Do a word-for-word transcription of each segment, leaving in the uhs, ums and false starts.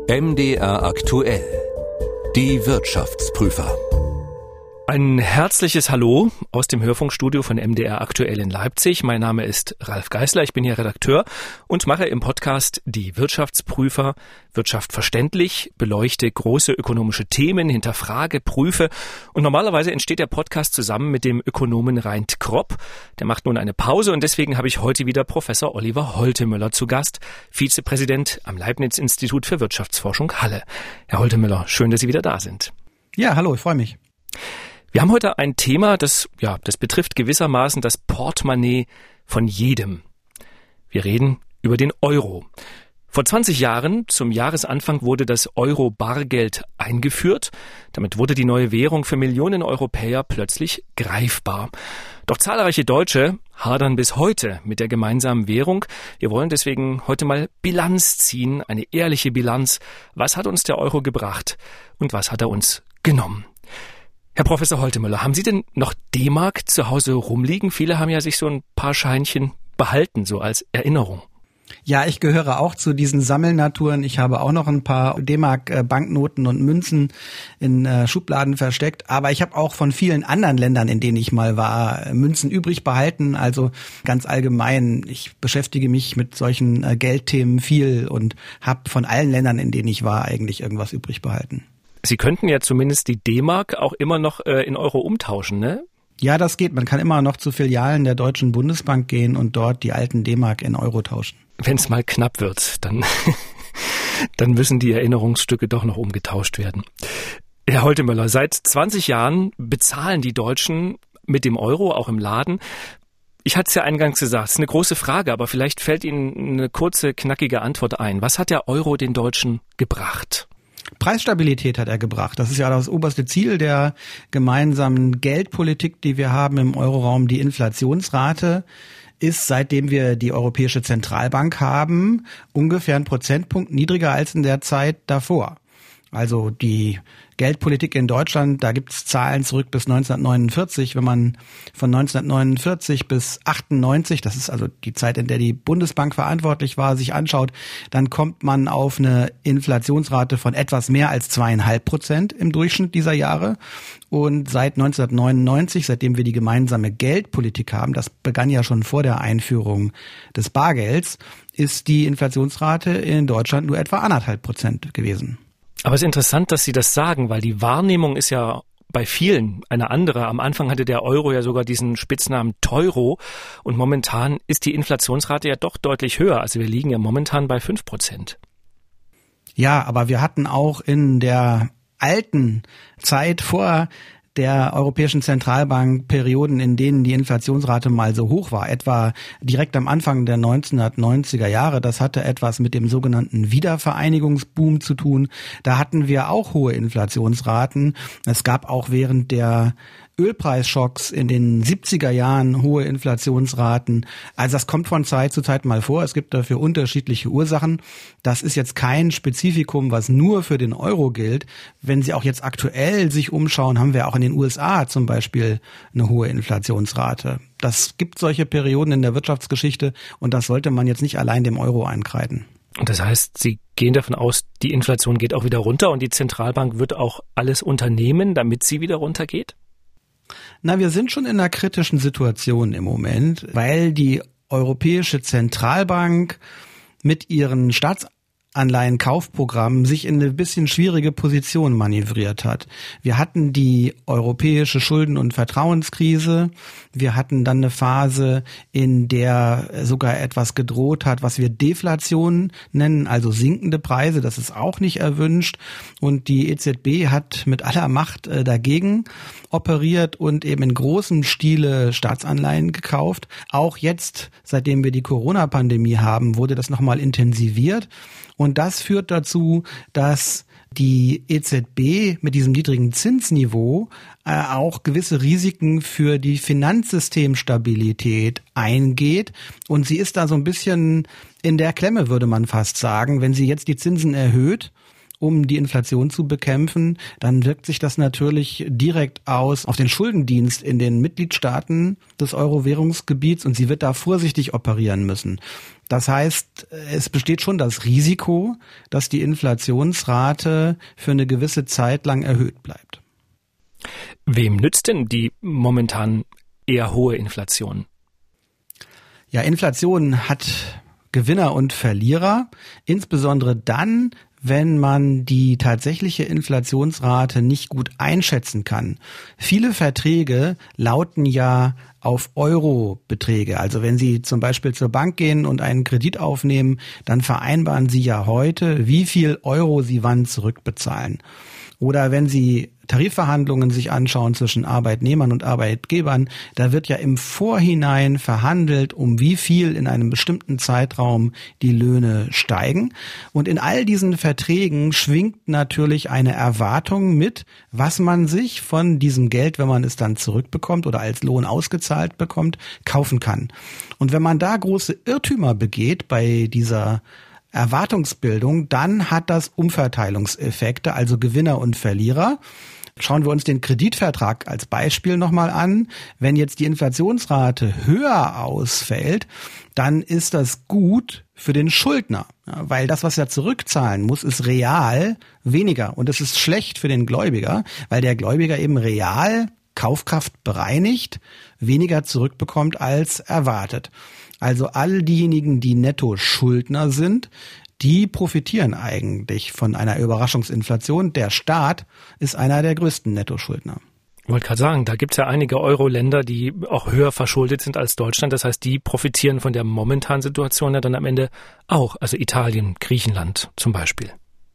M D R aktuell. Die Wirtschaftsprüfer. Ein herzliches Hallo aus dem Hörfunkstudio von M D R aktuell in Leipzig. Mein Name ist Ralf Geißler, ich bin hier Redakteur und mache im Podcast Die Wirtschaftsprüfer. Wirtschaft verständlich, beleuchte große ökonomische Themen, hinterfrage, prüfe. Und normalerweise entsteht der Podcast zusammen mit dem Ökonomen Reint Kropp. Der macht nun eine Pause und deswegen habe ich heute wieder Professor Oliver Holtemöller zu Gast, Vizepräsident am Leibniz-Institut für Wirtschaftsforschung Halle. Herr Holtemöller, schön, dass Sie wieder da sind. Ja, hallo, ich freue mich. Wir haben heute ein Thema, das, ja, das betrifft gewissermaßen das Portemonnaie von jedem. Wir reden über den Euro. Vor zwanzig Jahren, zum Jahresanfang, wurde das Euro-Bargeld eingeführt. Damit wurde die neue Währung für Millionen Europäer plötzlich greifbar. Doch zahlreiche Deutsche hadern bis heute mit der gemeinsamen Währung. Wir wollen deswegen heute mal Bilanz ziehen, eine ehrliche Bilanz. Was hat uns der Euro gebracht und was hat er uns genommen? Herr Professor Holtemöller, haben Sie denn noch D-Mark zu Hause rumliegen? Viele haben ja sich so ein paar Scheinchen behalten, so als Erinnerung. Ja, ich gehöre auch zu diesen Sammelnaturen. Ich habe auch noch ein paar D-Mark-Banknoten und Münzen in äh, Schubladen versteckt. Aber ich habe auch von vielen anderen Ländern, in denen ich mal war, Münzen übrig behalten. Also ganz allgemein, ich beschäftige mich mit solchen äh, Geldthemen viel und habe von allen Ländern, in denen ich war, eigentlich irgendwas übrig behalten. Sie könnten ja zumindest die D-Mark auch immer noch äh, in Euro umtauschen, ne? Ja, das geht. Man kann immer noch zu Filialen der Deutschen Bundesbank gehen und dort die alten D-Mark in Euro tauschen. Wenn es mal knapp wird, dann, dann müssen die Erinnerungsstücke doch noch umgetauscht werden. Herr Holtemöller, seit zwanzig Jahren bezahlen die Deutschen mit dem Euro, auch im Laden. Ich hatte es ja eingangs gesagt, es ist eine große Frage, aber vielleicht fällt Ihnen eine kurze, knackige Antwort ein. Was hat der Euro den Deutschen gebracht? Preisstabilität hat er gebracht. Das ist ja das oberste Ziel der gemeinsamen Geldpolitik, die wir haben im Euroraum. Die Inflationsrate ist, seitdem wir die Europäische Zentralbank haben, ungefähr ein Prozentpunkt niedriger als in der Zeit davor. Also die Geldpolitik in Deutschland, da gibt es Zahlen zurück bis neunzehnhundertneunundvierzig. Wenn man von neunzehnhundertneunundvierzig bis achtundneunzig, das ist also die Zeit, in der die Bundesbank verantwortlich war, sich anschaut, dann kommt man auf eine Inflationsrate von etwas mehr als zweieinhalb Prozent im Durchschnitt dieser Jahre. Und seit neunzehnhundertneunundneunzig, seitdem wir die gemeinsame Geldpolitik haben, das begann ja schon vor der Einführung des Bargelds, ist die Inflationsrate in Deutschland nur etwa anderthalb Prozent gewesen. Aber es ist interessant, dass Sie das sagen, weil die Wahrnehmung ist ja bei vielen eine andere. Am Anfang hatte der Euro ja sogar diesen Spitznamen Teuro und momentan ist die Inflationsrate ja doch deutlich höher. Also wir liegen ja momentan bei fünf Prozent. Ja, aber wir hatten auch in der alten Zeit vor der Europäischen Zentralbank Perioden, in denen die Inflationsrate mal so hoch war, etwa direkt am Anfang der neunzehnhundertneunziger Jahre. Das hatte etwas mit dem sogenannten Wiedervereinigungsboom zu tun. Da hatten wir auch hohe Inflationsraten. Es gab auch während der Ölpreisschocks in den siebziger Jahren hohe Inflationsraten. Also das kommt von Zeit zu Zeit mal vor. Es gibt dafür unterschiedliche Ursachen. Das ist jetzt kein Spezifikum, was nur für den Euro gilt. Wenn Sie auch jetzt aktuell sich umschauen, haben wir auch in den U S A zum Beispiel eine hohe Inflationsrate. Das gibt solche Perioden in der Wirtschaftsgeschichte und das sollte man jetzt nicht allein dem Euro einkreiden. Und das heißt, Sie gehen davon aus, die Inflation geht auch wieder runter und die Zentralbank wird auch alles unternehmen, damit sie wieder runtergeht? Na, wir sind schon in einer kritischen Situation im Moment, weil die Europäische Zentralbank mit ihren Staatsanleihenkaufprogrammen sich in eine bisschen schwierige Position manövriert hat. Wir hatten die europäische Schulden- und Vertrauenskrise. Wir hatten dann eine Phase, in der sogar etwas gedroht hat, was wir Deflation nennen, also sinkende Preise. Das ist auch nicht erwünscht. Und die E Z B hat mit aller Macht äh, dagegen operiert und eben in großem Stile Staatsanleihen gekauft. Auch jetzt, seitdem wir die Corona-Pandemie haben, wurde das nochmal intensiviert. Und das führt dazu, dass die E Z B mit diesem niedrigen Zinsniveau äh, auch gewisse Risiken für die Finanzsystemstabilität eingeht. Und sie ist da so ein bisschen in der Klemme, würde man fast sagen. Wenn sie jetzt die Zinsen erhöht, um die Inflation zu bekämpfen, dann wirkt sich das natürlich direkt aus auf den Schuldendienst in den Mitgliedstaaten des Euro-Währungsgebiets und sie wird da vorsichtig operieren müssen. Das heißt, es besteht schon das Risiko, dass die Inflationsrate für eine gewisse Zeit lang erhöht bleibt. Wem nützt denn die momentan eher hohe Inflation? Ja, Inflation hat Gewinner und Verlierer, insbesondere dann, wenn man die tatsächliche Inflationsrate nicht gut einschätzen kann. Viele Verträge lauten ja auf Euro-Beträge. Also wenn Sie zum Beispiel zur Bank gehen und einen Kredit aufnehmen, dann vereinbaren Sie ja heute, wie viel Euro Sie wann zurückbezahlen. Oder wenn Sie Tarifverhandlungen sich anschauen zwischen Arbeitnehmern und Arbeitgebern, da wird ja im Vorhinein verhandelt, um wie viel in einem bestimmten Zeitraum die Löhne steigen. Und in all diesen Verträgen schwingt natürlich eine Erwartung mit, was man sich von diesem Geld, wenn man es dann zurückbekommt oder als Lohn ausgezahlt bekommt, kaufen kann. Und wenn man da große Irrtümer begeht bei dieser Erwartungsbildung, dann hat das Umverteilungseffekte, also Gewinner und Verlierer. Schauen wir uns den Kreditvertrag als Beispiel nochmal an. Wenn jetzt die Inflationsrate höher ausfällt, dann ist das gut für den Schuldner, weil das, was er zurückzahlen muss, ist real weniger. Und es ist schlecht für den Gläubiger, weil der Gläubiger eben real Kaufkraft bereinigt weniger zurückbekommt als erwartet. Also all diejenigen, die Netto-Schuldner sind, die profitieren eigentlich von einer Überraschungsinflation. Der Staat ist einer der größten Nettoschuldner. Ich wollte gerade sagen, da gibt es ja einige Euro-Länder, die auch höher verschuldet sind als Deutschland. Das heißt, die profitieren von der momentanen Situation ja dann am Ende auch. Also Italien, Griechenland zum Beispiel.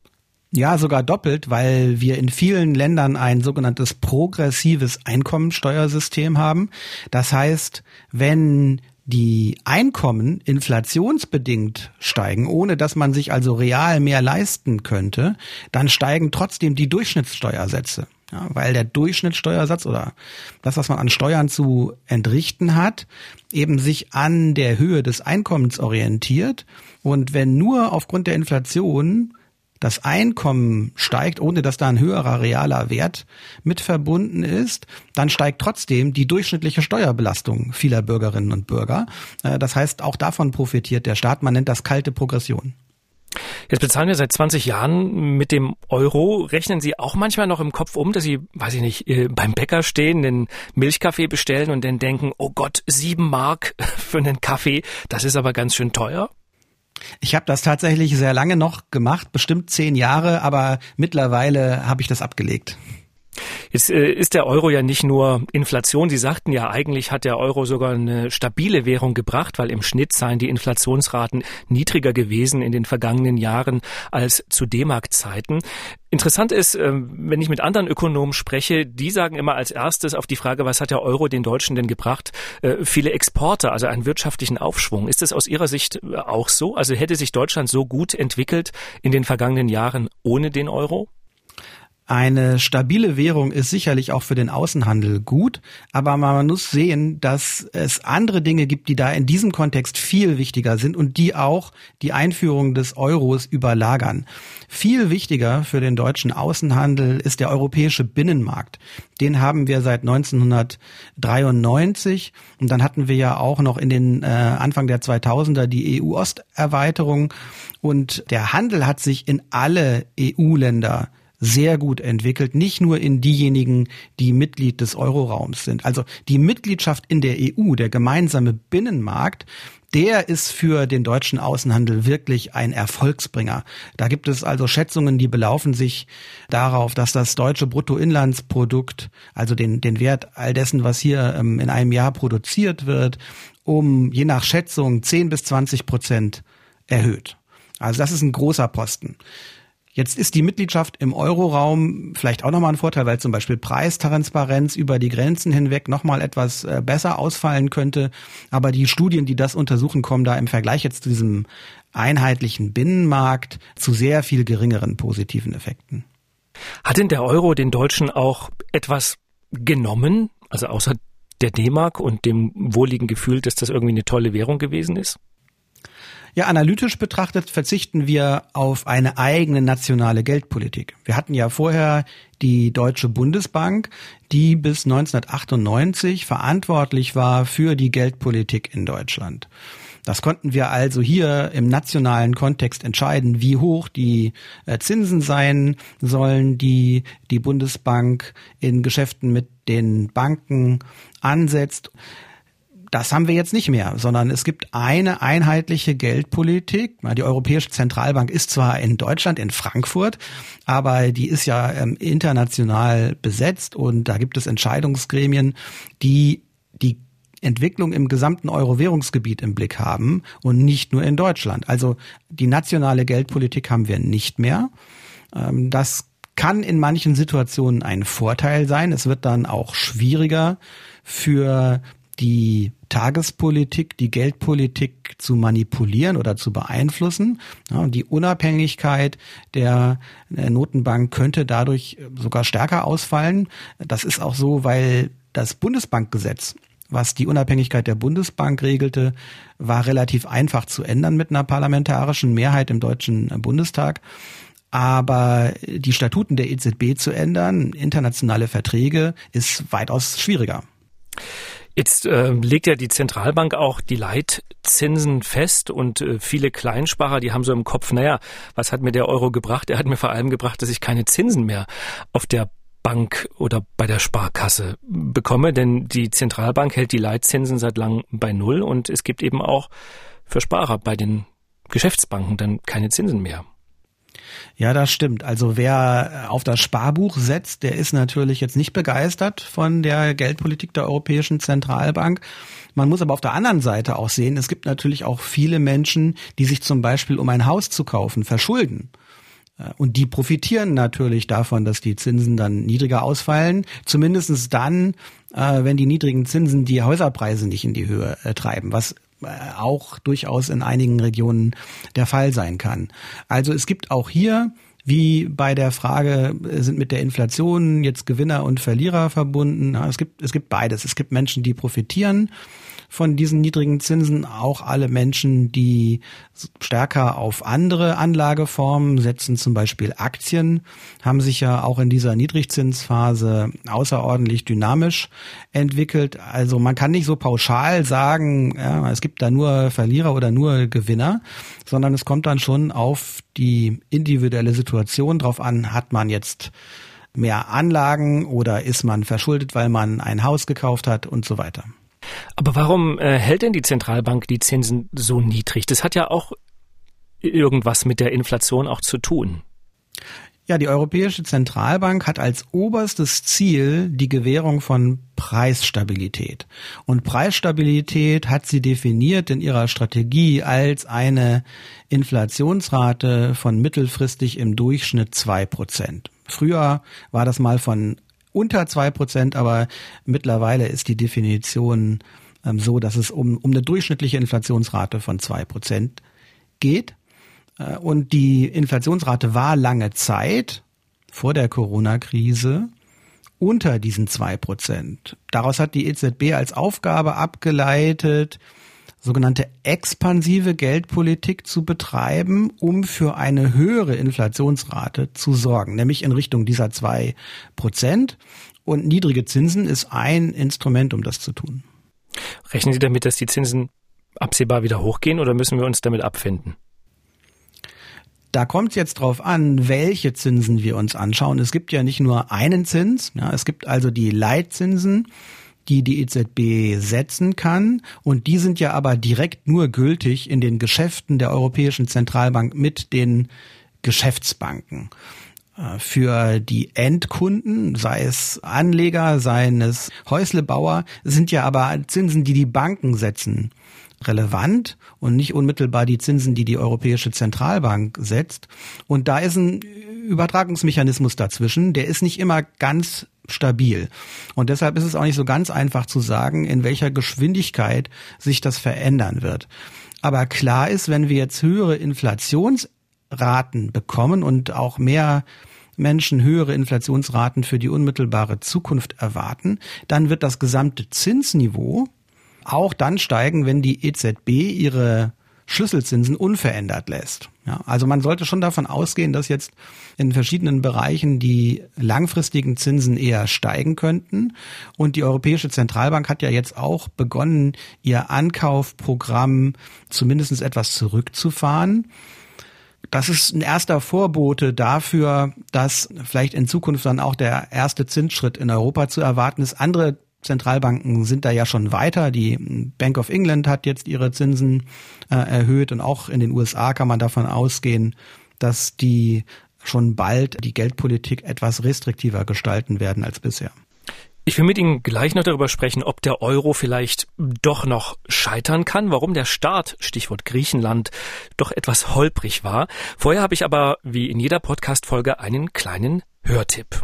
Ja, sogar doppelt, weil wir in vielen Ländern ein sogenanntes progressives Einkommensteuersystem haben. Das heißt, wenn die Einkommen inflationsbedingt steigen, ohne dass man sich also real mehr leisten könnte, dann steigen trotzdem die Durchschnittssteuersätze. Ja, weil der Durchschnittssteuersatz oder das, was man an Steuern zu entrichten hat, eben sich an der Höhe des Einkommens orientiert. Und wenn nur aufgrund der Inflation das Einkommen steigt, ohne dass da ein höherer realer Wert mit verbunden ist, dann steigt trotzdem die durchschnittliche Steuerbelastung vieler Bürgerinnen und Bürger. Das heißt, auch davon profitiert der Staat. Man nennt das kalte Progression. Jetzt bezahlen wir seit zwanzig Jahren mit dem Euro. Rechnen Sie auch manchmal noch im Kopf um, dass Sie, weiß ich nicht, beim Bäcker stehen, den Milchkaffee bestellen und dann denken, oh Gott, sieben Mark für einen Kaffee, das ist aber ganz schön teuer? Ich habe das tatsächlich sehr lange noch gemacht, bestimmt zehn Jahre, aber mittlerweile habe ich das abgelegt. Jetzt äh, ist der Euro ja nicht nur Inflation. Sie sagten ja, eigentlich hat der Euro sogar eine stabile Währung gebracht, weil im Schnitt seien die Inflationsraten niedriger gewesen in den vergangenen Jahren als zu D-Mark-Zeiten. Interessant ist, äh, wenn ich mit anderen Ökonomen spreche, die sagen immer als erstes auf die Frage, was hat der Euro den Deutschen denn gebracht? Äh, viele Exporte, also einen wirtschaftlichen Aufschwung. Ist das aus Ihrer Sicht auch so? Also hätte sich Deutschland so gut entwickelt in den vergangenen Jahren ohne den Euro? Eine stabile Währung ist sicherlich auch für den Außenhandel gut, aber man muss sehen, dass es andere Dinge gibt, die da in diesem Kontext viel wichtiger sind und die auch die Einführung des Euros überlagern. Viel wichtiger für den deutschen Außenhandel ist der europäische Binnenmarkt. Den haben wir seit neunzehnhundertdreiundneunzig und dann hatten wir ja auch noch in den äh, Anfang der zweitausender die E U-Osterweiterung und der Handel hat sich in alle E U-Länder sehr gut entwickelt, nicht nur in diejenigen, die Mitglied des Euroraums sind. Also die Mitgliedschaft in der E U, der gemeinsame Binnenmarkt, der ist für den deutschen Außenhandel wirklich ein Erfolgsbringer. Da gibt es also Schätzungen, die belaufen sich darauf, dass das deutsche Bruttoinlandsprodukt, also den, den Wert all dessen, was hier ähm, in einem Jahr produziert wird, um je nach Schätzung zehn bis zwanzig Prozent erhöht. Also das ist ein großer Posten. Jetzt ist die Mitgliedschaft im Euroraum vielleicht auch nochmal ein Vorteil, weil zum Beispiel Preistransparenz über die Grenzen hinweg nochmal etwas besser ausfallen könnte. Aber die Studien, die das untersuchen, kommen da im Vergleich jetzt zu diesem einheitlichen Binnenmarkt zu sehr viel geringeren positiven Effekten. Hat denn der Euro den Deutschen auch etwas genommen, also außer der D-Mark und dem wohligen Gefühl, dass das irgendwie eine tolle Währung gewesen ist? Ja, analytisch betrachtet verzichten wir auf eine eigene nationale Geldpolitik. Wir hatten ja vorher die Deutsche Bundesbank, die bis neunzehnhundertachtundneunzig verantwortlich war für die Geldpolitik in Deutschland. Das konnten wir also hier im nationalen Kontext entscheiden, wie hoch die äh, Zinsen sein sollen, die die Bundesbank in Geschäften mit den Banken ansetzt. Das haben wir jetzt nicht mehr, sondern es gibt eine einheitliche Geldpolitik. Die Europäische Zentralbank ist zwar in Deutschland, in Frankfurt, aber die ist ja ähm, international besetzt und da gibt es Entscheidungsgremien, die die Entwicklung im gesamten Euro-Währungsgebiet im Blick haben und nicht nur in Deutschland. Also die nationale Geldpolitik haben wir nicht mehr. Ähm, das kann in manchen Situationen ein Vorteil sein. Es wird dann auch schwieriger für die Tagespolitik, die Geldpolitik zu manipulieren oder zu beeinflussen. Ja, die Unabhängigkeit der Notenbank könnte dadurch sogar stärker ausfallen. Das ist auch so, weil das Bundesbankgesetz, was die Unabhängigkeit der Bundesbank regelte, war relativ einfach zu ändern mit einer parlamentarischen Mehrheit im Deutschen Bundestag. Aber die Statuten der E Z B zu ändern, internationale Verträge, ist weitaus schwieriger. Jetzt äh, legt ja die Zentralbank auch die Leitzinsen fest und äh, viele Kleinsparer, die haben so im Kopf, naja, was hat mir der Euro gebracht? Er hat mir vor allem gebracht, dass ich keine Zinsen mehr auf der Bank oder bei der Sparkasse bekomme, denn die Zentralbank hält die Leitzinsen seit langem bei Null und es gibt eben auch für Sparer bei den Geschäftsbanken dann keine Zinsen mehr. Ja, das stimmt. Also wer auf das Sparbuch setzt, der ist natürlich jetzt nicht begeistert von der Geldpolitik der Europäischen Zentralbank. Man muss aber auf der anderen Seite auch sehen, es gibt natürlich auch viele Menschen, die sich zum Beispiel, um ein Haus zu kaufen, verschulden. Und die profitieren natürlich davon, dass die Zinsen dann niedriger ausfallen. Zumindestens dann, wenn die niedrigen Zinsen die Häuserpreise nicht in die Höhe treiben, was auch durchaus in einigen Regionen der Fall sein kann. Also es gibt auch hier, wie bei der Frage, sind mit der Inflation jetzt Gewinner und Verlierer verbunden? Es gibt, es gibt beides. Es gibt Menschen, die profitieren von diesen niedrigen Zinsen, auch alle Menschen, die stärker auf andere Anlageformen setzen, zum Beispiel Aktien, haben sich ja auch in dieser Niedrigzinsphase außerordentlich dynamisch entwickelt. Also man kann nicht so pauschal sagen, ja, es gibt da nur Verlierer oder nur Gewinner, sondern es kommt dann schon auf die individuelle Situation drauf an, hat man jetzt mehr Anlagen oder ist man verschuldet, weil man ein Haus gekauft hat und so weiter. Aber warum äh, hält denn die Zentralbank die Zinsen so niedrig? Das hat ja auch irgendwas mit der Inflation auch zu tun. Ja, die Europäische Zentralbank hat als oberstes Ziel die Gewährung von Preisstabilität. Und Preisstabilität hat sie definiert in ihrer Strategie als eine Inflationsrate von mittelfristig im Durchschnitt zwei Prozent. Früher war das mal von unter zwei Prozent, aber mittlerweile ist die Definition ähm, so, dass es um, um eine durchschnittliche Inflationsrate von zwei Prozent geht. Äh, und die Inflationsrate war lange Zeit vor der Corona-Krise unter diesen zwei Prozent. Daraus hat die E Z B als Aufgabe abgeleitet, sogenannte expansive Geldpolitik zu betreiben, um für eine höhere Inflationsrate zu sorgen, nämlich in Richtung dieser zwei Prozent. Und niedrige Zinsen ist ein Instrument, um das zu tun. Rechnen Sie damit, dass die Zinsen absehbar wieder hochgehen oder müssen wir uns damit abfinden? Da kommt es jetzt drauf an, welche Zinsen wir uns anschauen. Es gibt ja nicht nur einen Zins, ja, es gibt also die Leitzinsen, die die E Z B setzen kann. Und die sind ja aber direkt nur gültig in den Geschäften der Europäischen Zentralbank mit den Geschäftsbanken. Für die Endkunden, sei es Anleger, seien es Häuslebauer, sind ja aber Zinsen, die die Banken setzen, relevant und nicht unmittelbar die Zinsen, die die Europäische Zentralbank setzt. Und da ist ein Übertragungsmechanismus dazwischen, der ist nicht immer ganz stabil. Und deshalb ist es auch nicht so ganz einfach zu sagen, in welcher Geschwindigkeit sich das verändern wird. Aber klar ist, wenn wir jetzt höhere Inflationsraten bekommen und auch mehr Menschen höhere Inflationsraten für die unmittelbare Zukunft erwarten, dann wird das gesamte Zinsniveau auch dann steigen, wenn die E Z B ihre Schlüsselzinsen unverändert lässt. Ja, also man sollte schon davon ausgehen, dass jetzt in verschiedenen Bereichen die langfristigen Zinsen eher steigen könnten. Und die Europäische Zentralbank hat ja jetzt auch begonnen, ihr Ankaufprogramm zumindest etwas zurückzufahren. Das ist ein erster Vorbote dafür, dass vielleicht in Zukunft dann auch der erste Zinsschritt in Europa zu erwarten ist. Andere Zentralbanken sind da ja schon weiter. Die Bank of England hat jetzt ihre Zinsen äh, erhöht und auch in den U S A kann man davon ausgehen, dass die schon bald die Geldpolitik etwas restriktiver gestalten werden als bisher. Ich will mit Ihnen gleich noch darüber sprechen, ob der Euro vielleicht doch noch scheitern kann, warum der Start, Stichwort Griechenland, doch etwas holprig war. Vorher habe ich aber, wie in jeder Podcast-Folge, einen kleinen Hörtipp.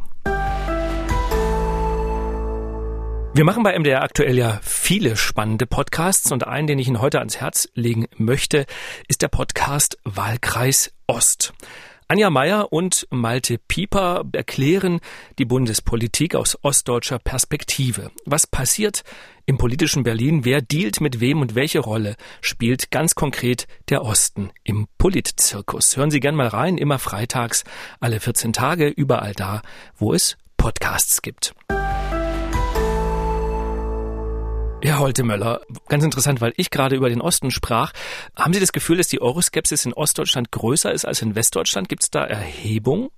Wir machen bei M D R aktuell ja viele spannende Podcasts und einen, den ich Ihnen heute ans Herz legen möchte, ist der Podcast Wahlkreis Ost. Anja Meier und Malte Pieper erklären die Bundespolitik aus ostdeutscher Perspektive. Was passiert im politischen Berlin? Wer dealt mit wem und welche Rolle spielt ganz konkret der Osten im Politzirkus? Hören Sie gern mal rein, immer freitags, alle vierzehn Tage, überall da, wo es Podcasts gibt. Herr Holtemöller, ganz interessant, weil ich gerade über den Osten sprach. Haben Sie das Gefühl, dass die Euroskepsis in Ostdeutschland größer ist als in Westdeutschland? Gibt es da Erhebungen?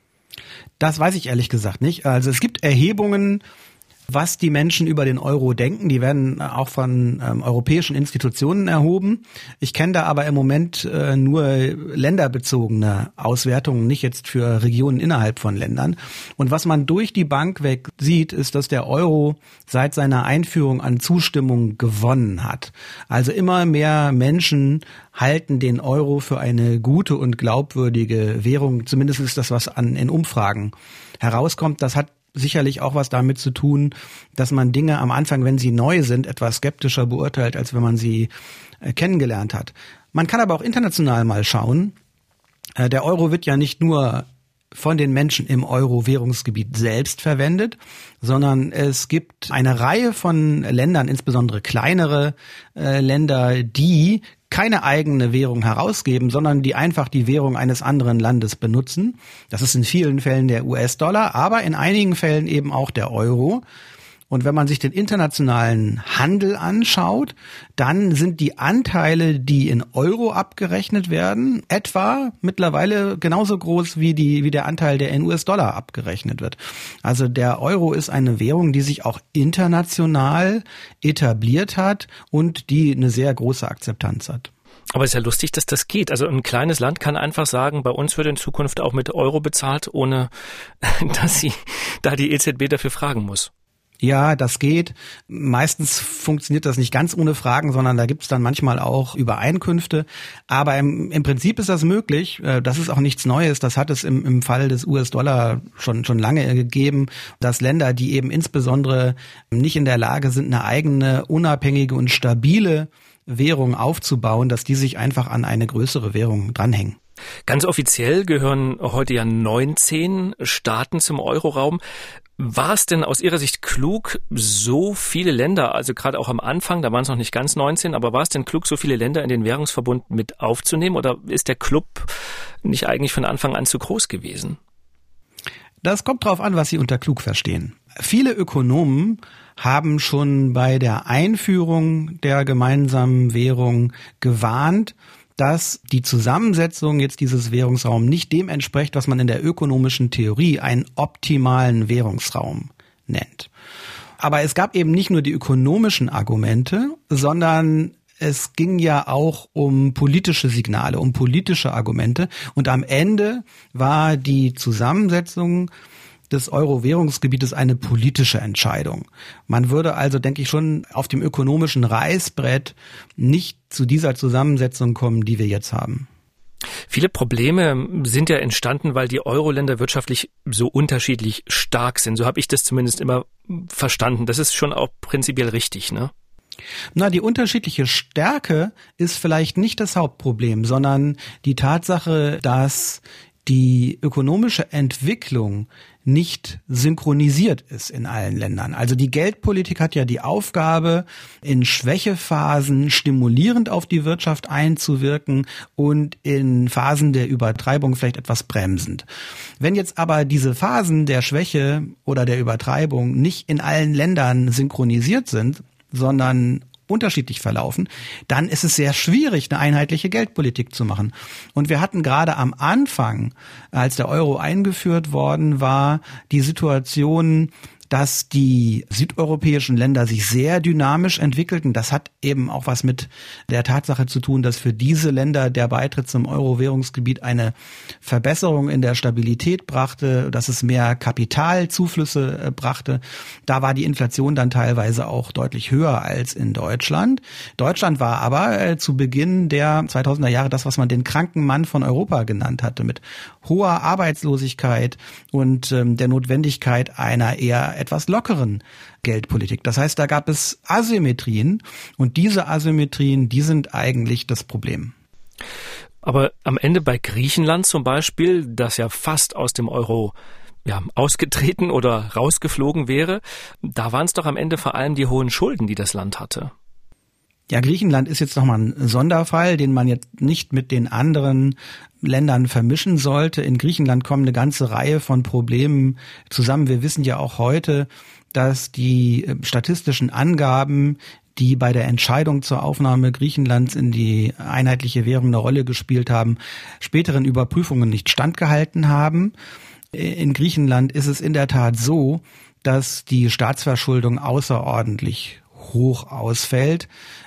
Das weiß ich ehrlich gesagt nicht. Also es gibt Erhebungen, was die Menschen über den Euro denken. Die werden auch von ähm, europäischen Institutionen erhoben. Ich kenne da aber im Moment äh, nur länderbezogene Auswertungen, nicht jetzt für Regionen innerhalb von Ländern. Und was man durch die Bank weg sieht, ist, dass der Euro seit seiner Einführung an Zustimmung gewonnen hat. Also immer mehr Menschen halten den Euro für eine gute und glaubwürdige Währung. Zumindest ist das, was an in Umfragen herauskommt. Das hat sicherlich auch was damit zu tun, dass man Dinge am Anfang, wenn sie neu sind, etwas skeptischer beurteilt, als wenn man sie äh, kennengelernt hat. Man kann aber auch international mal schauen. Äh, der Euro wird ja nicht nur von den Menschen im Euro-Währungsgebiet selbst verwendet, sondern es gibt eine Reihe von Ländern, insbesondere kleinere äh, Länder, die keine eigene Währung herausgeben, sondern die einfach die Währung eines anderen Landes benutzen. Das ist in vielen Fällen der U S-Dollar, aber in einigen Fällen eben auch der Euro. Und wenn man sich den internationalen Handel anschaut, dann sind die Anteile, die in Euro abgerechnet werden, etwa mittlerweile genauso groß wie die wie der Anteil, der in U S-Dollar abgerechnet wird. Also der Euro ist eine Währung, die sich auch international etabliert hat und die eine sehr große Akzeptanz hat. Aber es ist ja lustig, dass das geht. Also ein kleines Land kann einfach sagen, bei uns wird in Zukunft auch mit Euro bezahlt, ohne dass sie da die E Z B dafür fragen muss. Ja, das geht. Meistens funktioniert das nicht ganz ohne Fragen, sondern da gibt es dann manchmal auch Übereinkünfte. Aber im, im Prinzip ist das möglich. Das ist auch nichts Neues. Das hat es im, im Fall des U S-Dollar schon, schon lange gegeben, dass Länder, die eben insbesondere nicht in der Lage sind, eine eigene, unabhängige und stabile Währung aufzubauen, dass die sich einfach an eine größere Währung dranhängen. Ganz offiziell gehören heute ja neunzehn Staaten zum Euroraum. War es denn aus Ihrer Sicht klug, so viele Länder, also gerade auch am Anfang, da waren es noch nicht ganz neunzehn, aber war es denn klug, so viele Länder in den Währungsverbund mit aufzunehmen, oder ist der Club nicht eigentlich von Anfang an zu groß gewesen? Das kommt drauf an, was Sie unter klug verstehen. Viele Ökonomen haben schon bei der Einführung der gemeinsamen Währung gewarnt, dass die Zusammensetzung jetzt dieses Währungsraums nicht dem entspricht, was man in der ökonomischen Theorie einen optimalen Währungsraum nennt. Aber es gab eben nicht nur die ökonomischen Argumente, sondern es ging ja auch um politische Signale, um politische Argumente. Und am Ende war die Zusammensetzung des Euro-Währungsgebietes eine politische Entscheidung. Man würde also, denke ich, schon auf dem ökonomischen Reißbrett nicht zu dieser Zusammensetzung kommen, die wir jetzt haben. Viele Probleme sind ja entstanden, weil die Euro-Länder wirtschaftlich so unterschiedlich stark sind. So habe ich das zumindest immer verstanden. Das ist schon auch prinzipiell richtig, ne? Na, die unterschiedliche Stärke ist vielleicht nicht das Hauptproblem, sondern die Tatsache, dass die ökonomische Entwicklung nicht synchronisiert ist in allen Ländern. Also die Geldpolitik hat ja die Aufgabe, in Schwächephasen stimulierend auf die Wirtschaft einzuwirken und in Phasen der Übertreibung vielleicht etwas bremsend. Wenn jetzt aber diese Phasen der Schwäche oder der Übertreibung nicht in allen Ländern synchronisiert sind, sondern unterschiedlich verlaufen, dann ist es sehr schwierig, eine einheitliche Geldpolitik zu machen. Und wir hatten gerade am Anfang, als der Euro eingeführt worden war, die Situation, dass die südeuropäischen Länder sich sehr dynamisch entwickelten. Das hat eben auch was mit der Tatsache zu tun, dass für diese Länder der Beitritt zum Euro-Währungsgebiet eine Verbesserung in der Stabilität brachte, dass es mehr Kapitalzuflüsse brachte. Da war die Inflation dann teilweise auch deutlich höher als in Deutschland. Deutschland war aber äh, zu Beginn der zweitausender Jahre das, was man den kranken Mann von Europa genannt hatte, mit hoher Arbeitslosigkeit und ähm, der Notwendigkeit einer eher etwas lockeren Geldpolitik. Das heißt, da gab es Asymmetrien und diese Asymmetrien, die sind eigentlich das Problem. Aber am Ende bei Griechenland zum Beispiel, das ja fast aus dem Euro ja, ausgetreten oder rausgeflogen wäre, da waren es doch am Ende vor allem die hohen Schulden, die das Land hatte. Ja, Griechenland ist jetzt nochmal ein Sonderfall, den man jetzt nicht mit den anderen Ländern vermischen sollte. In Griechenland kommen eine ganze Reihe von Problemen zusammen. Wir wissen ja auch heute, dass die statistischen Angaben, die bei der Entscheidung zur Aufnahme Griechenlands in die einheitliche Währung eine Rolle gespielt haben, späteren Überprüfungen nicht standgehalten haben. In Griechenland ist es in der Tat so, dass die Staatsverschuldung außerordentlich hoch ausfällt.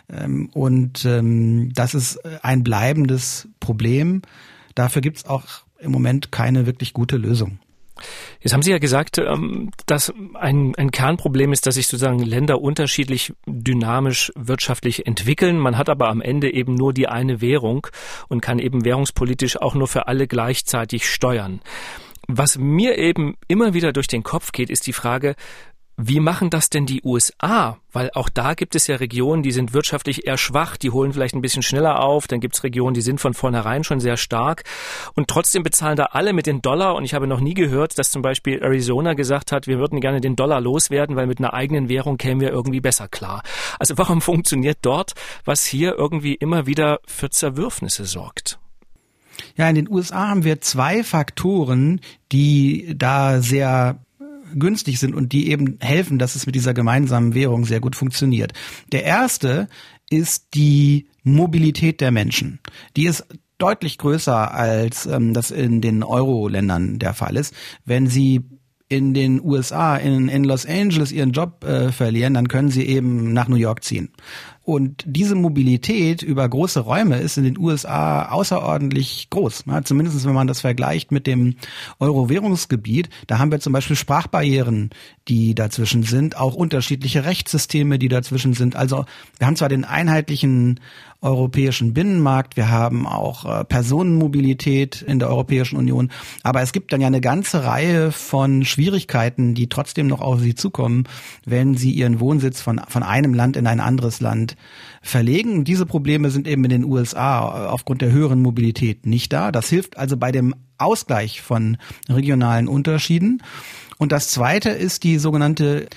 Und das ist ein bleibendes Problem. Dafür gibt es auch im Moment keine wirklich gute Lösung. Jetzt haben Sie ja gesagt, dass ein, ein Kernproblem ist, dass sich sozusagen Länder unterschiedlich dynamisch wirtschaftlich entwickeln. Man hat aber am Ende eben nur die eine Währung und kann eben währungspolitisch auch nur für alle gleichzeitig steuern. Was mir eben immer wieder durch den Kopf geht, ist die Frage, wie machen das denn die U S A? Weil auch da gibt es ja Regionen, die sind wirtschaftlich eher schwach, die holen vielleicht ein bisschen schneller auf. Dann gibt es Regionen, die sind von vornherein schon sehr stark. Und trotzdem bezahlen da alle mit den Dollar. Und ich habe noch nie gehört, dass zum Beispiel Arizona gesagt hat, wir würden gerne den Dollar loswerden, weil mit einer eigenen Währung kämen wir irgendwie besser klar. Also warum funktioniert dort, was hier irgendwie immer wieder für Zerwürfnisse sorgt? Ja, in den U S A haben wir zwei Faktoren, die da sehr günstig sind und die eben helfen, dass es mit dieser gemeinsamen Währung sehr gut funktioniert. Der erste ist die Mobilität der Menschen. Die ist deutlich größer, als ähm, das in den Euro-Ländern der Fall ist. Wenn Sie in den U S A, in, in Los Angeles ihren Job äh, verlieren, dann können Sie eben nach New York ziehen. Und diese Mobilität über große Räume ist in den U S A außerordentlich groß. Ja, zumindest wenn man das vergleicht mit dem Euro-Währungsgebiet. Da haben wir zum Beispiel Sprachbarrieren, die dazwischen sind, auch unterschiedliche Rechtssysteme, die dazwischen sind. Also wir haben zwar den einheitlichen europäischen Binnenmarkt, wir haben auch äh, Personenmobilität in der Europäischen Union, aber es gibt dann ja eine ganze Reihe von Schwierigkeiten, die trotzdem noch auf Sie zukommen, wenn Sie Ihren Wohnsitz von, von einem Land in ein anderes Land verlegen. Diese Probleme sind eben in den U S A aufgrund der höheren Mobilität nicht da. Das hilft also bei dem Ausgleich von regionalen Unterschieden. Und das Zweite ist die sogenannte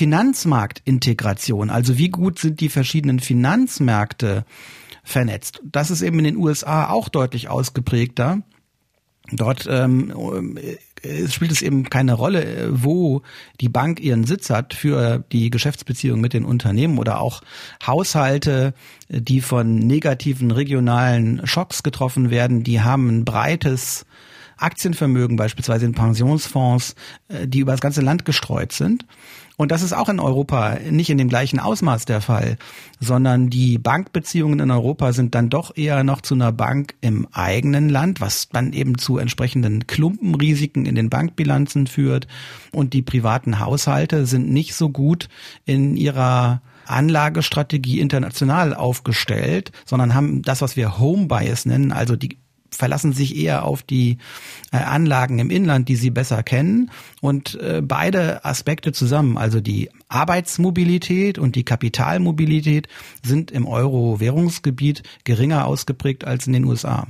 Finanzmarktintegration. Also wie gut sind die verschiedenen Finanzmärkte vernetzt? Das ist eben in den U S A auch deutlich ausgeprägter. Dort ähm, spielt es eben keine Rolle, wo die Bank ihren Sitz hat für die Geschäftsbeziehung mit den Unternehmen oder auch Haushalte, die von negativen regionalen Schocks getroffen werden. Die haben ein breites Aktienvermögen, beispielsweise in Pensionsfonds, die über das ganze Land gestreut sind. Und das ist auch in Europa nicht in dem gleichen Ausmaß der Fall, sondern die Bankbeziehungen in Europa sind dann doch eher noch zu einer Bank im eigenen Land, was dann eben zu entsprechenden Klumpenrisiken in den Bankbilanzen führt. Und die privaten Haushalte sind nicht so gut in ihrer Anlagestrategie international aufgestellt, sondern haben das, was wir Home Bias nennen, also die verlassen sich eher auf die äh, Anlagen im Inland, die sie besser kennen. Und äh, beide Aspekte zusammen, also die Arbeitsmobilität und die Kapitalmobilität, sind im Euro-Währungsgebiet geringer ausgeprägt als in den U S A.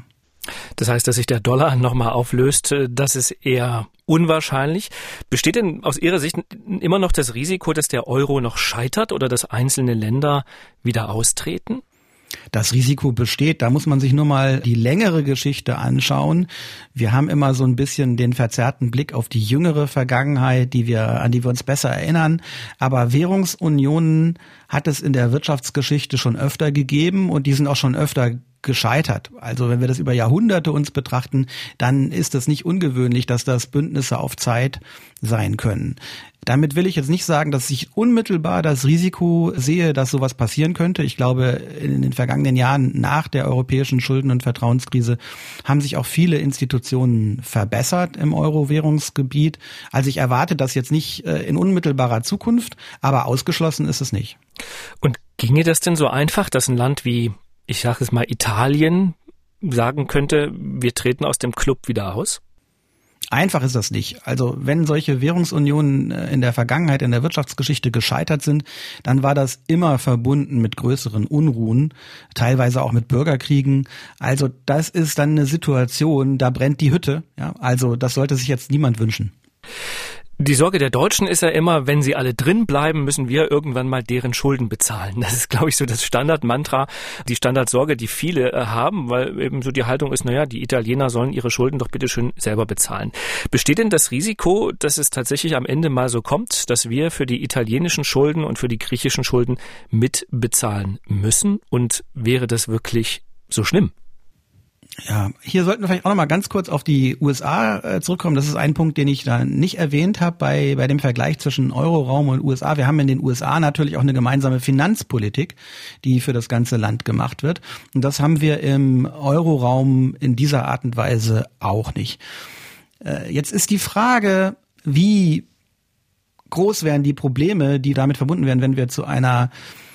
Das heißt, dass sich der Dollar nochmal auflöst, das ist eher unwahrscheinlich. Besteht denn aus Ihrer Sicht immer noch das Risiko, dass der Euro noch scheitert oder dass einzelne Länder wieder austreten? Das Risiko besteht, da muss man sich nur mal die längere Geschichte anschauen. Wir haben immer so ein bisschen den verzerrten Blick auf die jüngere Vergangenheit, die wir, an die wir uns besser erinnern. Aber Währungsunionen hat es in der Wirtschaftsgeschichte schon öfter gegeben und die sind auch schon öfter gescheitert. Also wenn wir das über Jahrhunderte uns betrachten, dann ist es nicht ungewöhnlich, dass das Bündnisse auf Zeit sein können. Damit will ich jetzt nicht sagen, dass ich unmittelbar das Risiko sehe, dass sowas passieren könnte. Ich glaube, in den vergangenen Jahren nach der europäischen Schulden- und Vertrauenskrise haben sich auch viele Institutionen verbessert im Euro-Währungsgebiet. Also ich erwarte das jetzt nicht in unmittelbarer Zukunft, aber ausgeschlossen ist es nicht. Und ginge das denn so einfach, dass ein Land wie, ich sage es mal, Italien sagen könnte, wir treten aus dem Club wieder aus? Einfach ist das nicht. Also wenn solche Währungsunionen in der Vergangenheit, in der Wirtschaftsgeschichte gescheitert sind, dann war das immer verbunden mit größeren Unruhen, teilweise auch mit Bürgerkriegen. Also das ist dann eine Situation, da brennt die Hütte. Ja, also das sollte sich jetzt niemand wünschen. Die Sorge der Deutschen ist ja immer, wenn sie alle drin bleiben, müssen wir irgendwann mal deren Schulden bezahlen. Das ist, glaube ich, so das Standardmantra, die Standardsorge, die viele äh, haben, weil eben so die Haltung ist, naja, die Italiener sollen ihre Schulden doch bitte schön selber bezahlen. Besteht denn das Risiko, dass es tatsächlich am Ende mal so kommt, dass wir für die italienischen Schulden und für die griechischen Schulden mitbezahlen müssen? Und wäre das wirklich so schlimm? Ja, hier sollten wir vielleicht auch noch mal ganz kurz auf die U S A äh, zurückkommen. Das ist ein Punkt, den ich da nicht erwähnt habe bei bei dem Vergleich zwischen Euroraum und U S A. Wir haben in den U S A natürlich auch eine gemeinsame Finanzpolitik, die für das ganze Land gemacht wird. Und das haben wir im Euroraum in dieser Art und Weise auch nicht. Äh, jetzt ist die Frage, wie groß wären die Probleme, die damit verbunden wären, wenn wir zu einer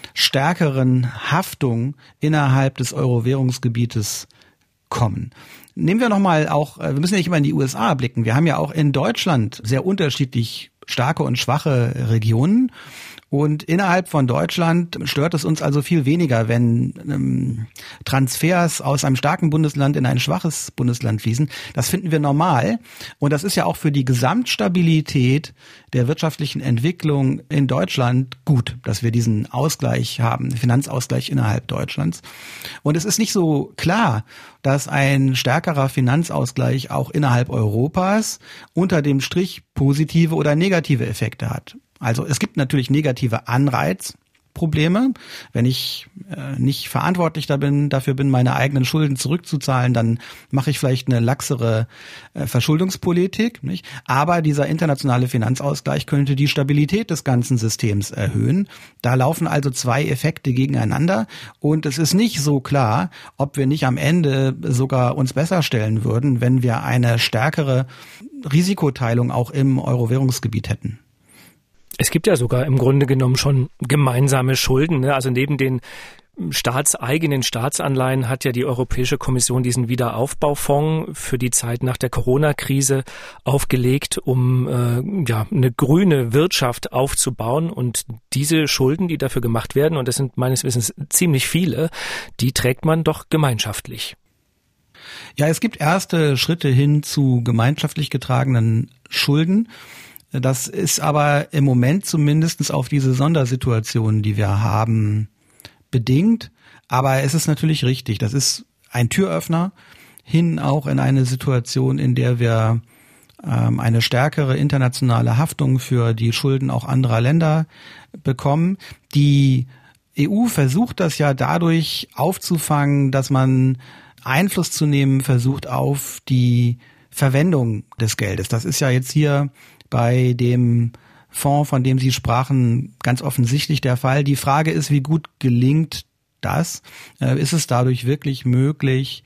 stärkeren Haftung innerhalb des Euro-Währungsgebietes kommen. Nehmen wir nochmal auch, wir müssen ja nicht immer in die U S A blicken, wir haben ja auch in Deutschland sehr unterschiedlich starke und schwache Regionen und innerhalb von Deutschland stört es uns also viel weniger, wenn ähm, Transfers aus einem starken Bundesland in ein schwaches Bundesland fließen. Das finden wir normal und das ist ja auch für die Gesamtstabilität der wirtschaftlichen Entwicklung in Deutschland gut, dass wir diesen Ausgleich haben, Finanzausgleich innerhalb Deutschlands. Und es ist nicht so klar, dass ein stärkerer Finanzausgleich auch innerhalb Europas unter dem Strich positive oder negative Effekte hat. Also es gibt natürlich negative Anreizprobleme. Wenn ich äh, nicht verantwortlich da bin, dafür bin, meine eigenen Schulden zurückzuzahlen, dann mache ich vielleicht eine laxere äh, Verschuldungspolitik, nicht? Aber dieser internationale Finanzausgleich könnte die Stabilität des ganzen Systems erhöhen. Da laufen also zwei Effekte gegeneinander und es ist nicht so klar, ob wir nicht am Ende sogar uns besser stellen würden, wenn wir eine stärkere Risikoteilung auch im Euro-Währungsgebiet hätten. Es gibt ja sogar im Grunde genommen schon gemeinsame Schulden, ne? Also neben den staatseigenen Staatsanleihen hat ja die Europäische Kommission diesen Wiederaufbaufonds für die Zeit nach der Corona-Krise aufgelegt, um äh, ja eine grüne Wirtschaft aufzubauen. Und diese Schulden, die dafür gemacht werden, und das sind meines Wissens ziemlich viele, die trägt man doch gemeinschaftlich. Ja, es gibt erste Schritte hin zu gemeinschaftlich getragenen Schulden. Das ist aber im Moment zumindest auf diese Sondersituation, die wir haben, bedingt. Aber es ist natürlich richtig. Das ist ein Türöffner hin auch in eine Situation, in der wir ähm, eine stärkere internationale Haftung für die Schulden auch anderer Länder bekommen. Die E U versucht das ja dadurch aufzufangen, dass man Einfluss zu nehmen versucht auf die Verwendung des Geldes. Das ist ja jetzt hier bei dem Fonds, von dem Sie sprachen, ganz offensichtlich der Fall. Die Frage ist, wie gut gelingt das? Ist es dadurch wirklich möglich,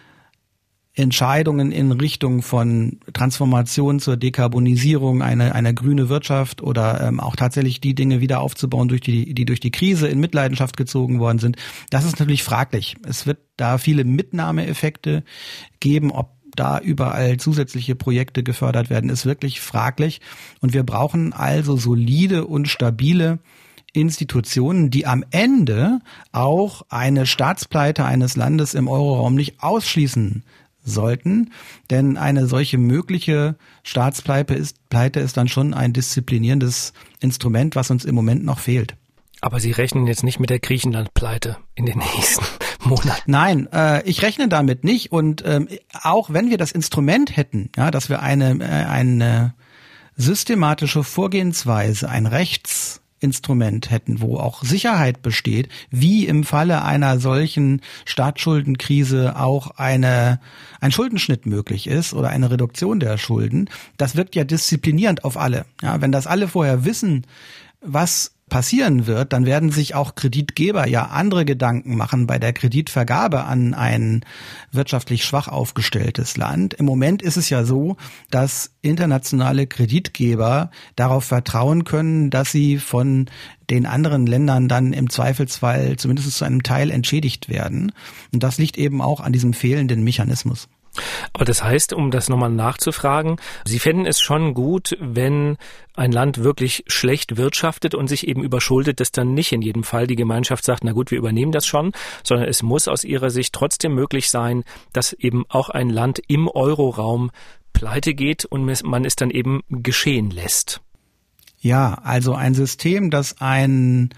Entscheidungen in Richtung von Transformation zur Dekarbonisierung, eine, eine grüne Wirtschaft oder ähm, auch tatsächlich die Dinge wieder aufzubauen, durch die, die durch die Krise in Mitleidenschaft gezogen worden sind? Das ist natürlich fraglich. Es wird da viele Mitnahmeeffekte geben, ob da überall zusätzliche Projekte gefördert werden, ist wirklich fraglich. Und wir brauchen also solide und stabile Institutionen, die am Ende auch eine Staatspleite eines Landes im Euroraum nicht ausschließen sollten, denn eine solche mögliche Staatspleite ist, Pleite ist dann schon ein disziplinierendes Instrument, was uns im Moment noch fehlt. Aber Sie rechnen jetzt nicht mit der Griechenland-Pleite in den nächsten Monaten. Nein, äh, ich rechne damit nicht. Und ähm, auch wenn wir das Instrument hätten, ja, dass wir eine, äh, eine systematische Vorgehensweise, ein Rechtsinstrument hätten, wo auch Sicherheit besteht, wie im Falle einer solchen Staatsschuldenkrise auch eine ein Schuldenschnitt möglich ist oder eine Reduktion der Schulden, das wirkt ja disziplinierend auf alle. Ja, wenn das alle vorher wissen, was passieren wird, dann werden sich auch Kreditgeber ja andere Gedanken machen bei der Kreditvergabe an ein wirtschaftlich schwach aufgestelltes Land. Im Moment ist es ja so, dass internationale Kreditgeber darauf vertrauen können, dass sie von den anderen Ländern dann im Zweifelsfall zumindest zu einem Teil entschädigt werden. Und das liegt eben auch an diesem fehlenden Mechanismus. Aber das heißt, um das nochmal nachzufragen, Sie fänden es schon gut, wenn ein Land wirklich schlecht wirtschaftet und sich eben überschuldet, dass dann nicht in jedem Fall die Gemeinschaft sagt, na gut, wir übernehmen das schon, sondern es muss aus Ihrer Sicht trotzdem möglich sein, dass eben auch ein Land im Euroraum pleite geht und man es dann eben geschehen lässt. Ja, also ein System, das ein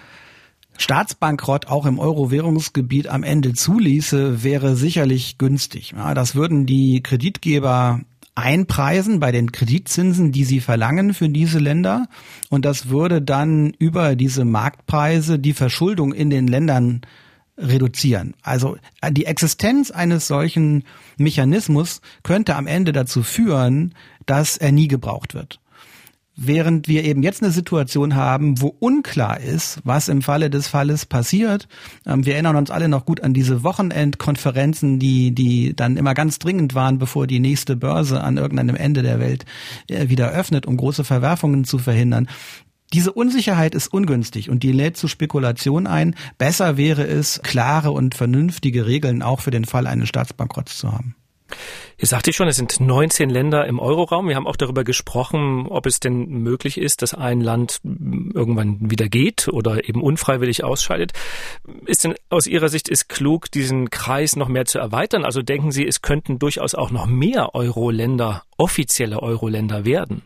Staatsbankrott auch im Euro-Währungsgebiet am Ende zuließe, wäre sicherlich günstig. Ja, das würden die Kreditgeber einpreisen bei den Kreditzinsen, die sie verlangen für diese Länder. Und das würde dann über diese Marktpreise die Verschuldung in den Ländern reduzieren. Also die Existenz eines solchen Mechanismus könnte am Ende dazu führen, dass er nie gebraucht wird. Während wir eben jetzt eine Situation haben, wo unklar ist, was im Falle des Falles passiert. Wir erinnern uns alle noch gut an diese Wochenendkonferenzen, die die dann immer ganz dringend waren, bevor die nächste Börse an irgendeinem Ende der Welt wieder öffnet, um große Verwerfungen zu verhindern. Diese Unsicherheit ist ungünstig und die lädt zu Spekulation ein. Besser wäre es, klare und vernünftige Regeln auch für den Fall eines Staatsbankrotts zu haben. Ihr sagte schon, es sind neunzehn Länder im Euroraum. Wir haben auch darüber gesprochen, ob es denn möglich ist, dass ein Land irgendwann wieder geht oder eben unfreiwillig ausscheidet. Ist denn aus Ihrer Sicht ist klug, diesen Kreis noch mehr zu erweitern? Also denken Sie, es könnten durchaus auch noch mehr Euro-Länder, offizielle Euro-Länder werden?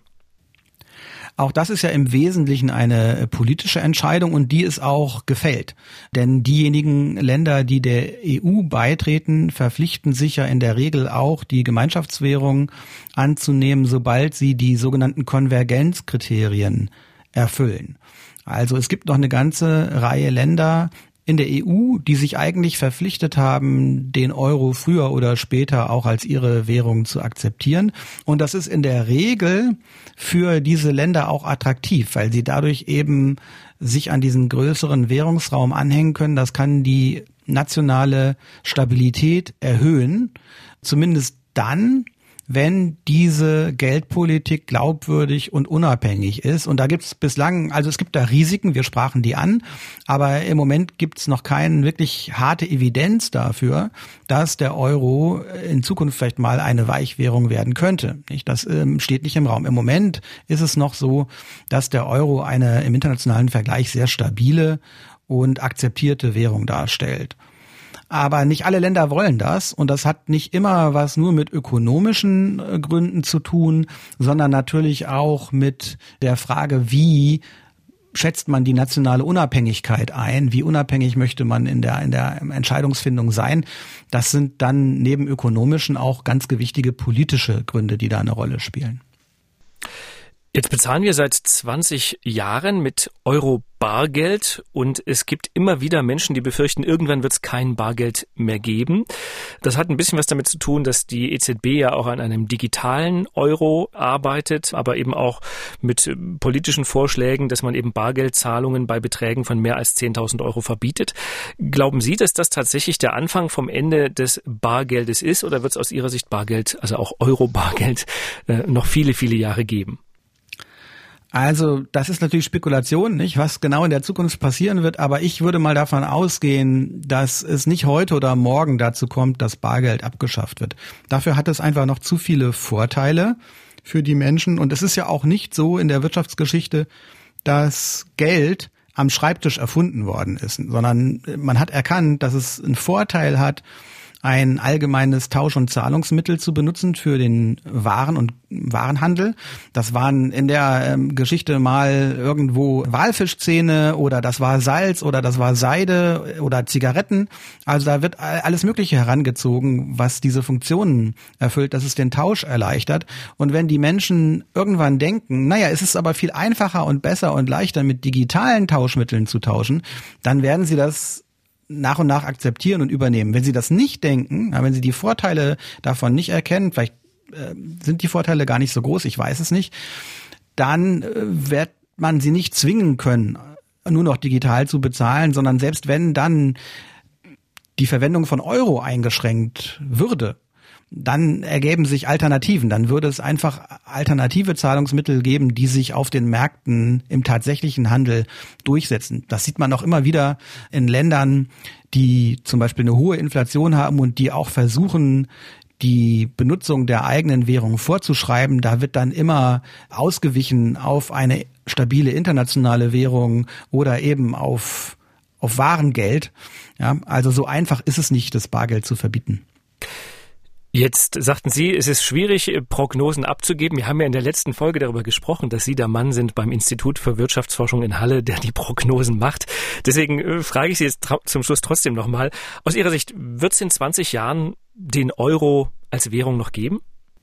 Auch das ist ja im Wesentlichen eine politische Entscheidung und die ist auch gefällt. Denn diejenigen Länder, die der E U beitreten, verpflichten sich ja in der Regel auch, die Gemeinschaftswährung anzunehmen, sobald sie die sogenannten Konvergenzkriterien erfüllen. Also es gibt noch eine ganze Reihe Länder in der E U, die sich eigentlich verpflichtet haben, den Euro früher oder später auch als ihre Währung zu akzeptieren. Und das ist in der Regel für diese Länder auch attraktiv, weil sie dadurch eben sich an diesen größeren Währungsraum anhängen können. Das kann die nationale Stabilität erhöhen, zumindest dann, wenn diese Geldpolitik glaubwürdig und unabhängig ist. Und da gibt es bislang, also es gibt da Risiken, wir sprachen die an, aber im Moment gibt es noch keine wirklich harte Evidenz dafür, dass der Euro in Zukunft vielleicht mal eine Weichwährung werden könnte. Das ähm, steht nicht im Raum. Im Moment ist es noch so, dass der Euro eine im internationalen Vergleich sehr stabile und akzeptierte Währung darstellt. Aber nicht alle Länder wollen das und das hat nicht immer was nur mit ökonomischen Gründen zu tun, sondern natürlich auch mit der Frage, wie schätzt man die nationale Unabhängigkeit ein? Wie unabhängig möchte man in der, in der Entscheidungsfindung sein? Das sind dann neben ökonomischen auch ganz gewichtige politische Gründe, die da eine Rolle spielen. Jetzt bezahlen wir seit zwanzig Jahren mit Euro Bargeld und es gibt immer wieder Menschen, die befürchten, irgendwann wird es kein Bargeld mehr geben. Das hat ein bisschen was damit zu tun, dass die E Z B ja auch an einem digitalen Euro arbeitet, aber eben auch mit politischen Vorschlägen, dass man eben Bargeldzahlungen bei Beträgen von mehr als zehntausend Euro verbietet. Glauben Sie, dass das tatsächlich der Anfang vom Ende des Bargeldes ist oder wird es aus Ihrer Sicht Bargeld, also auch Euro-Bargeld, noch viele, viele Jahre geben? Also das ist natürlich Spekulation, nicht, was genau in der Zukunft passieren wird, aber ich würde mal davon ausgehen, dass es nicht heute oder morgen dazu kommt, dass Bargeld abgeschafft wird. Dafür hat es einfach noch zu viele Vorteile für die Menschen und es ist ja auch nicht so in der Wirtschaftsgeschichte, dass Geld am Schreibtisch erfunden worden ist, sondern man hat erkannt, dass es einen Vorteil hat, ein allgemeines Tausch- und Zahlungsmittel zu benutzen für den Waren- und Warenhandel. Das waren in der ähm, Geschichte mal irgendwo Walfischzähne oder das war Salz oder das war Seide oder Zigaretten. Also da wird alles Mögliche herangezogen, was diese Funktionen erfüllt, dass es den Tausch erleichtert. Und wenn die Menschen irgendwann denken, naja, es ist aber viel einfacher und besser und leichter mit digitalen Tauschmitteln zu tauschen, dann werden sie das nach und nach akzeptieren und übernehmen. Wenn sie das nicht denken, wenn sie die Vorteile davon nicht erkennen, vielleicht äh, sind die Vorteile gar nicht so groß, ich weiß es nicht, dann äh, wird man sie nicht zwingen können, nur noch digital zu bezahlen, sondern selbst wenn dann die Verwendung von Euro eingeschränkt würde, dann ergeben sich Alternativen. Dann würde es einfach alternative Zahlungsmittel geben, die sich auf den Märkten im tatsächlichen Handel durchsetzen. Das sieht man auch immer wieder in Ländern, die zum Beispiel eine hohe Inflation haben und die auch versuchen, die Benutzung der eigenen Währung vorzuschreiben. Da wird dann immer ausgewichen auf eine stabile internationale Währung oder eben auf, auf Warengeld. Ja, also so einfach ist es nicht, das Bargeld zu verbieten. Jetzt sagten Sie, es ist schwierig, Prognosen abzugeben. Wir haben ja in der letzten Folge darüber gesprochen, dass Sie der Mann sind beim Institut für Wirtschaftsforschung in Halle, der die Prognosen macht. Deswegen äh, frage ich Sie jetzt tra- zum Schluss trotzdem nochmal. Aus Ihrer Sicht, wird es in zwanzig Jahren den Euro als Währung noch geben?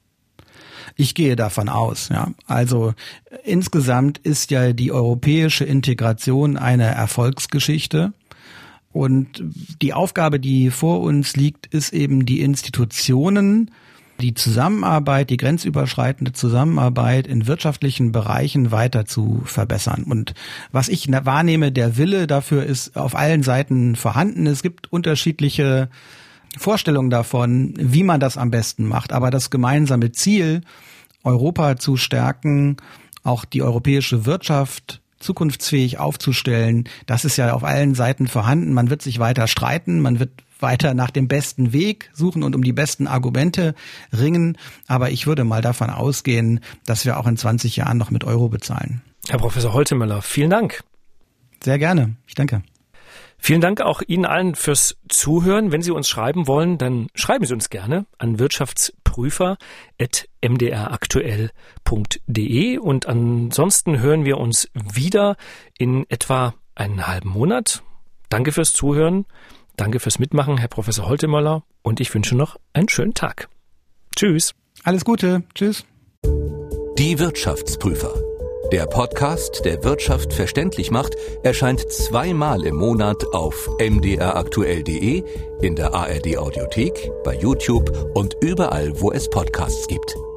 Ich gehe davon aus, ja. Also insgesamt ist ja die europäische Integration eine Erfolgsgeschichte. Und die Aufgabe, die vor uns liegt, ist eben die Institutionen, die Zusammenarbeit, die grenzüberschreitende Zusammenarbeit in wirtschaftlichen Bereichen weiter zu verbessern. Und was ich wahrnehme, der Wille dafür ist auf allen Seiten vorhanden. Es gibt unterschiedliche Vorstellungen davon, wie man das am besten macht. Aber das gemeinsame Ziel, Europa zu stärken, auch die europäische Wirtschaft zukunftsfähig aufzustellen, das ist ja auf allen Seiten vorhanden. Man wird sich weiter streiten, man wird weiter nach dem besten Weg suchen und um die besten Argumente ringen. Aber ich würde mal davon ausgehen, dass wir auch in zwanzig Jahren noch mit Euro bezahlen. Herr Professor Holtemöller, vielen Dank. Sehr gerne. Ich danke. Vielen Dank auch Ihnen allen fürs Zuhören. Wenn Sie uns schreiben wollen, dann schreiben Sie uns gerne an wirtschaftsprüfer at m d r aktuell punkt d e. Und ansonsten hören wir uns wieder in etwa einen halben Monat. Danke fürs Zuhören. Danke fürs Mitmachen, Herr Professor Holtemöller. Und ich wünsche noch einen schönen Tag. Tschüss. Alles Gute. Tschüss. Die Wirtschaftsprüfer. Der Podcast, der Wirtschaft verständlich macht, erscheint zweimal im Monat auf m d r aktuell punkt d e, in der A R D Audiothek, bei YouTube und überall, wo es Podcasts gibt.